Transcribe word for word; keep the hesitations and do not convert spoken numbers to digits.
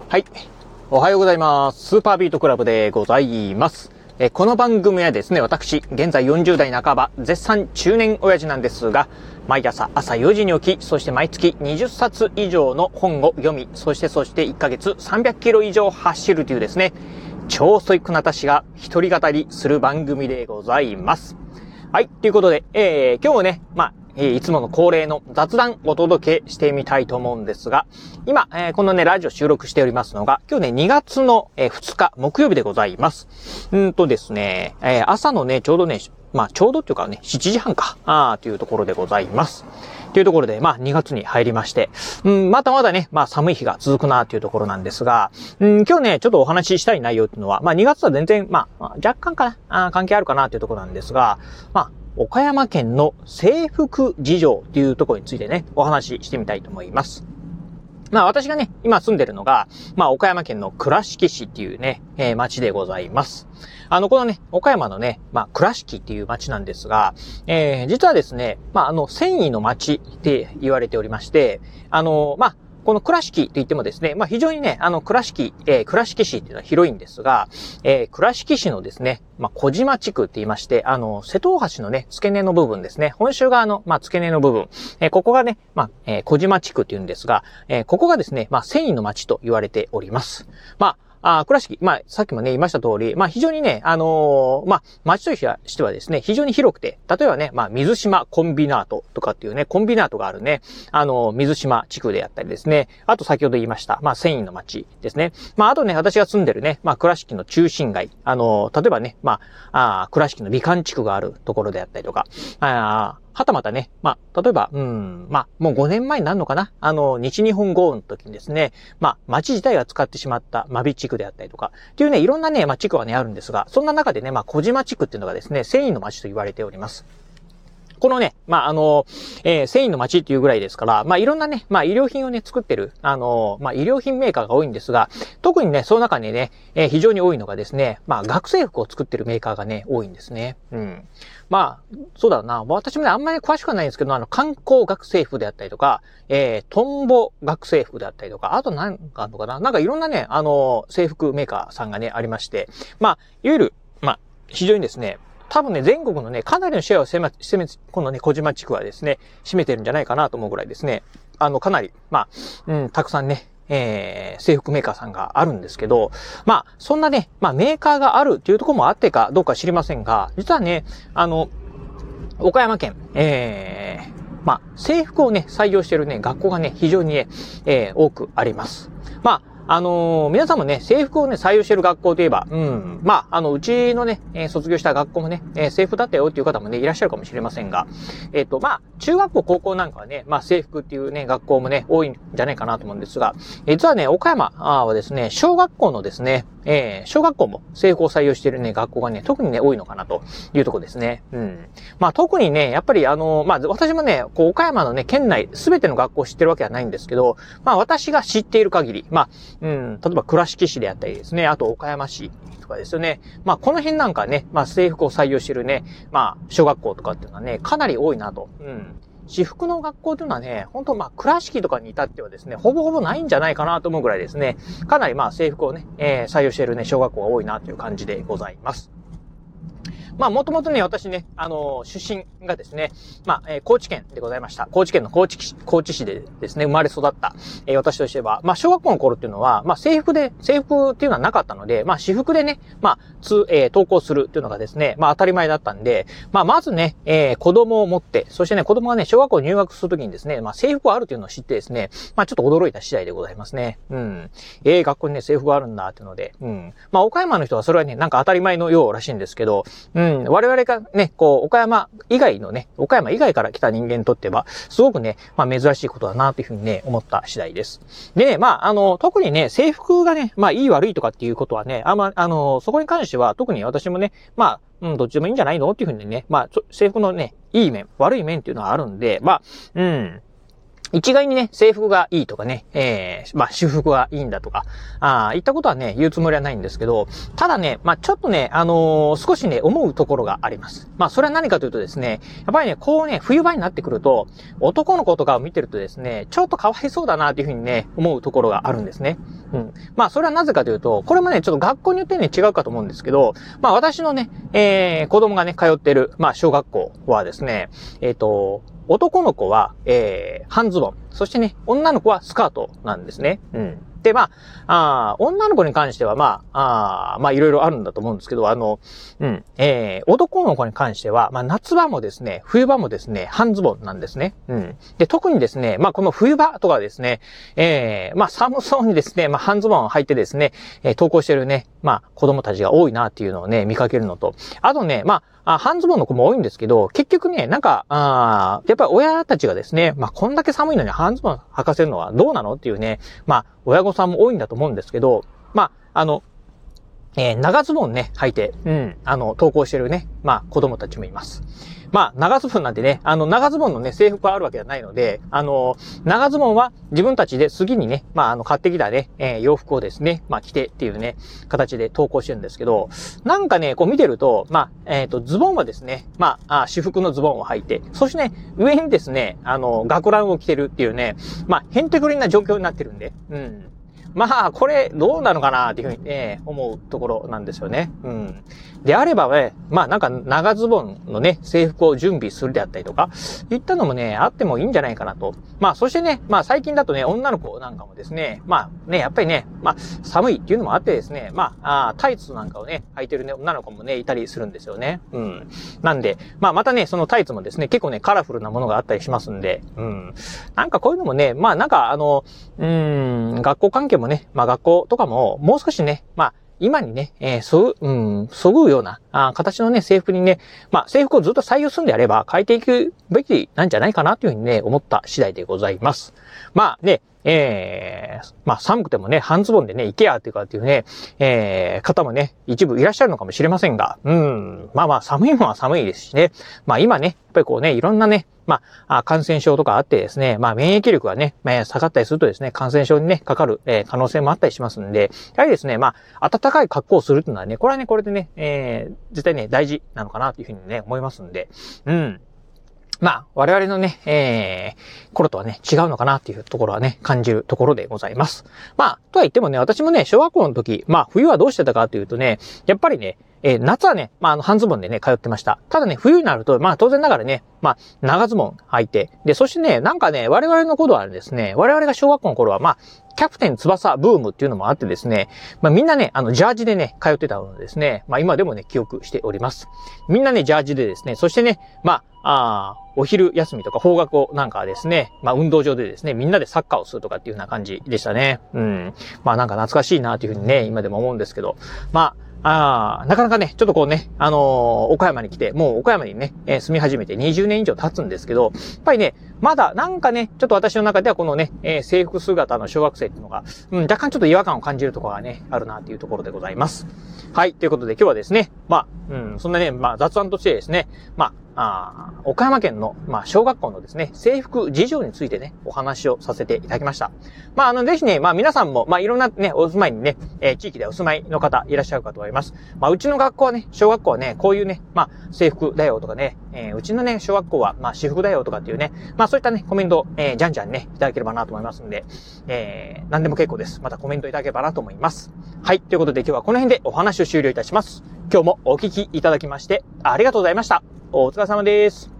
はい。おはようございます。スーパービートクラブでございます。えこの番組はですね、私、現在よんじゅう代半ば、絶賛中年親父なんですが、毎朝朝よじに起き、そして毎月にじゅっさつ以上の本を読み、そしてそしていっかげつさんびゃくキロ以上走るというですね、超ストイックな私が一人語りする番組でございます。はい。ということで、えー、今日もね、まあ、いつもの恒例の雑談をお届けしてみたいと思うんですが、今、えー、このね、ラジオ収録しておりますのが、今日ね、にがつのふつか木曜日でございます。うんとですね、えー、朝のね、ちょうどね、まあ、ちょうどっていうかね、しちじはんか、あーというところでございます。というところで、まあ、にがつに入りまして、うん、まだまだね、まあ、寒い日が続くなというところなんですが、うん、今日ね、ちょっとお話ししたい内容っていうのは、まあ、にがつは全然、まあ、若干かな、あ関係あるかなというところなんですが、まあ、岡山県の制服事情というところについてね、お話ししてみたいと思います。まあ私がね、今住んでるのが、まあ岡山県の倉敷市っていうね、えー、町でございます。あの、このね、岡山のね、まあ倉敷っていう町なんですが、えー、実はですね、まああの、繊維の町って言われておりまして、あの、まあ、この倉敷と言ってもですね、まあ非常にね、あの倉敷、えー、倉敷市っていうのは広いんですが、えー、倉敷市のですね、まあ小島地区って言いまして、あの、瀬戸大橋のね、付け根の部分ですね、本州側の、まあ付け根の部分、えー、ここがね、まあ、えー、小島地区って言うんですが、えー、ここがですね、まあ繊維の町と言われております。まあ、あ倉敷、まあ、さっきもね、言いました通り、まあ、非常にね、あのー、まあ、町としてはですね、非常に広くて、例えばね、まあ、水島コンビナートとかっていうね、コンビナートがあるね、あのー、水島地区であったりですね、あと先ほど言いました、まあ、繊維の町ですね。まあ、あとね、私が住んでるね、まあ、倉敷の中心街、あのー、例えばね、まあ、あ倉敷の美観地区があるところであったりとか、あはたまたね、まあ、例えば、うん、まあ、もうごねんまえになるのかなあの、日日本豪雨の時にですね、まあ、町自体が使ってしまった真備地区であったりとか、っていうね、いろんなね、まあ、地区はね、あるんですが、そんな中でね、まあ、小島地区っていうのがですね、繊維の町と言われております。このね、まあ、あの、えー、繊維の町っていうぐらいですから、まあ、いろんなね、まあ、医療品をね、作ってる、あの、まあ、医療品メーカーが多いんですが、特にね、その中にね、えー、非常に多いのがですね、まあ、学生服を作ってるメーカーがね、多いんですね。うん。まあ、そうだな。私もね、あんまり詳しくはないんですけど、あの、観光学生服であったりとか、えー、トンボ学生服であったりとか、あと何かあるのかななんかいろんなね、あの、制服メーカーさんがね、ありまして、まあ、いわゆる、まあ、非常にですね、多分ね、全国のね、かなりのシェアを攻め、攻め、このね、小島地区はですね、占めてるんじゃないかなと思うぐらいですね、あの、かなり、まあ、うん、たくさんね、えー、制服メーカーさんがあるんですけど、まあ、そんなね、まあ、メーカーがあるっていうところもあってかどうか知りませんが、実はね、あの、岡山県、えー、まあ、制服をね、採用しているね、学校がね、非常にね、えー、多くあります。まあ、あのー、皆さんもね、制服をね、採用している学校といえば、うん、まあ、あの、うちのね、えー、卒業した学校もね、えー、制服だったよっていう方もね、いらっしゃるかもしれませんが、えっと、まあ、中学校、高校なんかはね、まあ、制服っていうね、学校もね、多いんじゃないかなと思うんですが、実はね、岡山はですね、小学校のですね、えー、小学校も制服を採用しているね、学校がね、特にね、多いのかなというところですね。うん。まあ、特にね、やっぱりあの、まあ、私もね、こう、岡山のね、県内、すべての学校を知ってるわけはないんですけど、まあ、私が知っている限り、まあ、うん、例えば倉敷市であったりですね、あと岡山市とかですよね。まあ、この辺なんかね、まあ、制服を採用しているね、まあ、小学校とかっていうのはね、かなり多いなと。うん。私服の学校というのはね、本当まあ、倉敷とかに至ってはですね、ほぼほぼないんじゃないかなと思うぐらいですね、かなりまあ、制服をね、えー、採用しているね、小学校が多いなという感じでございます。まあ、もともとね、私ね、あのー、出身がですね、まあ、えー、高知県でございました。高知県の高知市、高知市でですね、生まれ育った、えー、私としては、まあ、小学校の頃っていうのは、まあ、制服で、制服っていうのはなかったので、まあ、私服でね、まあ、つ、えー、登校するっていうのがですね、まあ、当たり前だったんで、まあ、まずね、えー、子供を持って、そしてね、子供がね、小学校入学するときにですね、まあ、制服があるというのを知ってですね、まあ、ちょっと驚いた次第でございますね。うん。えー、学校にね、制服があるんだっていうので、うん。まあ、岡山の人はそれはね、なんか当たり前のようらしいんですけど、うん、我々がね、こう、岡山以外のね、岡山以外から来た人間にとっては、すごくね、まあ珍しいことだなというふうにね、思った次第です。でね、まあ、あの、特にね、制服がね、まあ、いい悪いとかっていうことはね、あんま、あの、そこに関しては、特に私もね、まあ、うん、どっちでもいいんじゃないのっていうふうにね、まあ、制服のね、いい面、悪い面っていうのはあるんで、まあ、うん、一概にね、制服がいいとかね、えー、まあ、私服がいいんだとか、ああ、言ったことはね、言うつもりはないんですけど、ただね、まあ、ちょっとね、あのー、少しね、思うところがあります。まあ、それは何かというとですね、やっぱりね、こうね、冬場になってくると、男の子とかを見てるとですね、ちょっとかわいそうだなというふうにね、思うところがあるんですね。 うん。まあ、それはなぜかというと、これもね、ちょっと学校によってね、違うかと思うんですけど、まあ、私のね、えー、子供がね、通ってる、まあ、小学校はですね、えっと、男の子は、えー、半ズボン。そしてね、女の子はスカートなんですね。うん。で、まあ、あ女の子に関しては、まあ、あまあ、いろいろあるんだと思うんですけど、あの、うん、えー、男の子に関しては、まあ、夏場もですね、冬場もですね、半ズボンなんですね。うん。で、特にですね、まあ、この冬場とかですね、えー、まあ、寒そうにですね、まあ、半ズボンを履いてですね、えー、登校してるね、まあ、子供たちが多いなっていうのをね、見かけるのと、あとね、まあ、あ半ズボンの子も多いんですけど、結局ね、なんか、あやっぱり親たちがですね、まあ、こんだけ寒いのに半ズボン履かせるのはどうなのっていうね、まあ、親御さんも多いんだと思うんですけど、まあ、あの、えー、長ズボンね、履いて、うん、あの、登校してるね、まあ、子供たちもいます。まあ、長ズボンなんてね、あの、長ズボンのね、制服はあるわけじゃないので、あの、長ズボンは自分たちで次にね、まあ、あの、買ってきたね、えー、洋服をですね、まあ、着てっていうね、形で登校してるんですけど、なんかね、こう見てると、まあ、えっと、ズボンはですね、まあ、あ私服のズボンを履いて、そしてね、上にですね、あの、学ランを着てるっていうね、まあ、へんてくりんな状況になってるんで、うん。まあ、これ、どうなのかなっていうふうにね、思うところなんですよね。うん。であればね、まあなんか長ズボンのね、制服を準備するであったりとか、いったのもね、あってもいいんじゃないかなと。まあそしてね、まあ最近だとね、女の子なんかもですね、まあね、やっぱりね、まあ寒いっていうのもあってですね、まあ、あタイツなんかをね、履いてるね、女の子もね、いたりするんですよね。うん。なんで、まあまたね、そのタイツもですね、結構ね、カラフルなものがあったりしますんで、うん。なんかこういうのもね、まあなんかあの、うーん、学校関係もね、まあ学校とかももう少しね、まあ今にね、えー、そぐ、うん、そぐうような、あ形のね、制服にね、まあ制服をずっと採用するんであれば変えていくべきなんじゃないかなというふうにね、思った次第でございます。まあね、えー、まあ寒くてもね、半ズボンでね、行けやっていうかっていうね、えー、方もね、一部いらっしゃるのかもしれませんが、うん、まあまあ寒いのは寒いですしね、まあ今ね、やっぱりこうね、いろんなね、まあ、感染症とかあってですね、まあ、免疫力がね、下がったりするとですね、感染症にね、かかる、えー、可能性もあったりしますんで、やはりですね、まあ、暖かい格好をするっていうのはね、これはね、これでね、えー、絶対ね、大事なのかなというふうにね、思いますんで、うん。まあ、我々のね、えー、頃とはね、違うのかなっていうところはね、感じるところでございます。まあ、とは言ってもね、私もね、小学校の時、まあ、冬はどうしてたかというとね、やっぱりね、えー、夏はね、まあ、あの、半ズボンでね、通ってました。ただね、冬になると、まあ、当然ながらね、まあ、長ズボン履いて、で、そしてね、なんかね、我々の頃はですね、我々が小学校の頃は、まあ、キャプテン翼ブームっていうのもあってですね、まあみんなね、あの、ジャージでね、通ってたのでですね、まあ今でもね、記憶しております。みんなね、ジャージでですね、そしてね、まあ、あお昼休みとか放学後なんかはですね、まあ運動場でですね、みんなでサッカーをするとかっていうような感じでしたね。うん。まあなんか懐かしいなというふうにね、今でも思うんですけど、まあ、ああ、なかなかね、ちょっとこうね、あのー、岡山に来て、もう岡山にね、えー、住み始めてにじゅうねん以上経つんですけど、やっぱりね、まだなんかね、ちょっと私の中ではこのね、えー、制服姿の小学生っていうのが、うん、若干ちょっと違和感を感じるところがね、あるなっていうところでございます。はい、ということで今日はですね、まあ、うん、そんなね、まあ雑談としてですね、まあ、あ岡山県の、まあ、小学校のですね、制服事情についてね、お話をさせていただきました。まあ、あの、ぜひね、まあ、皆さんも、まあ、いろんなね、お住まいにね、えー、地域でお住まいの方いらっしゃるかと思います。まあ、うちの学校はね、小学校はね、こういうね、まあ、制服だよとかね、えー、うちのね、小学校は、まあ、私服だよとかっていうね、まあ、そういったね、コメント、えー、じゃんじゃんね、いただければなと思いますんで、えー、何でも結構です。またコメントいただければなと思います。はい、ということで今日はこの辺でお話を終了いたします。今日もお聞きいただきまして、ありがとうございました。お疲れ様です。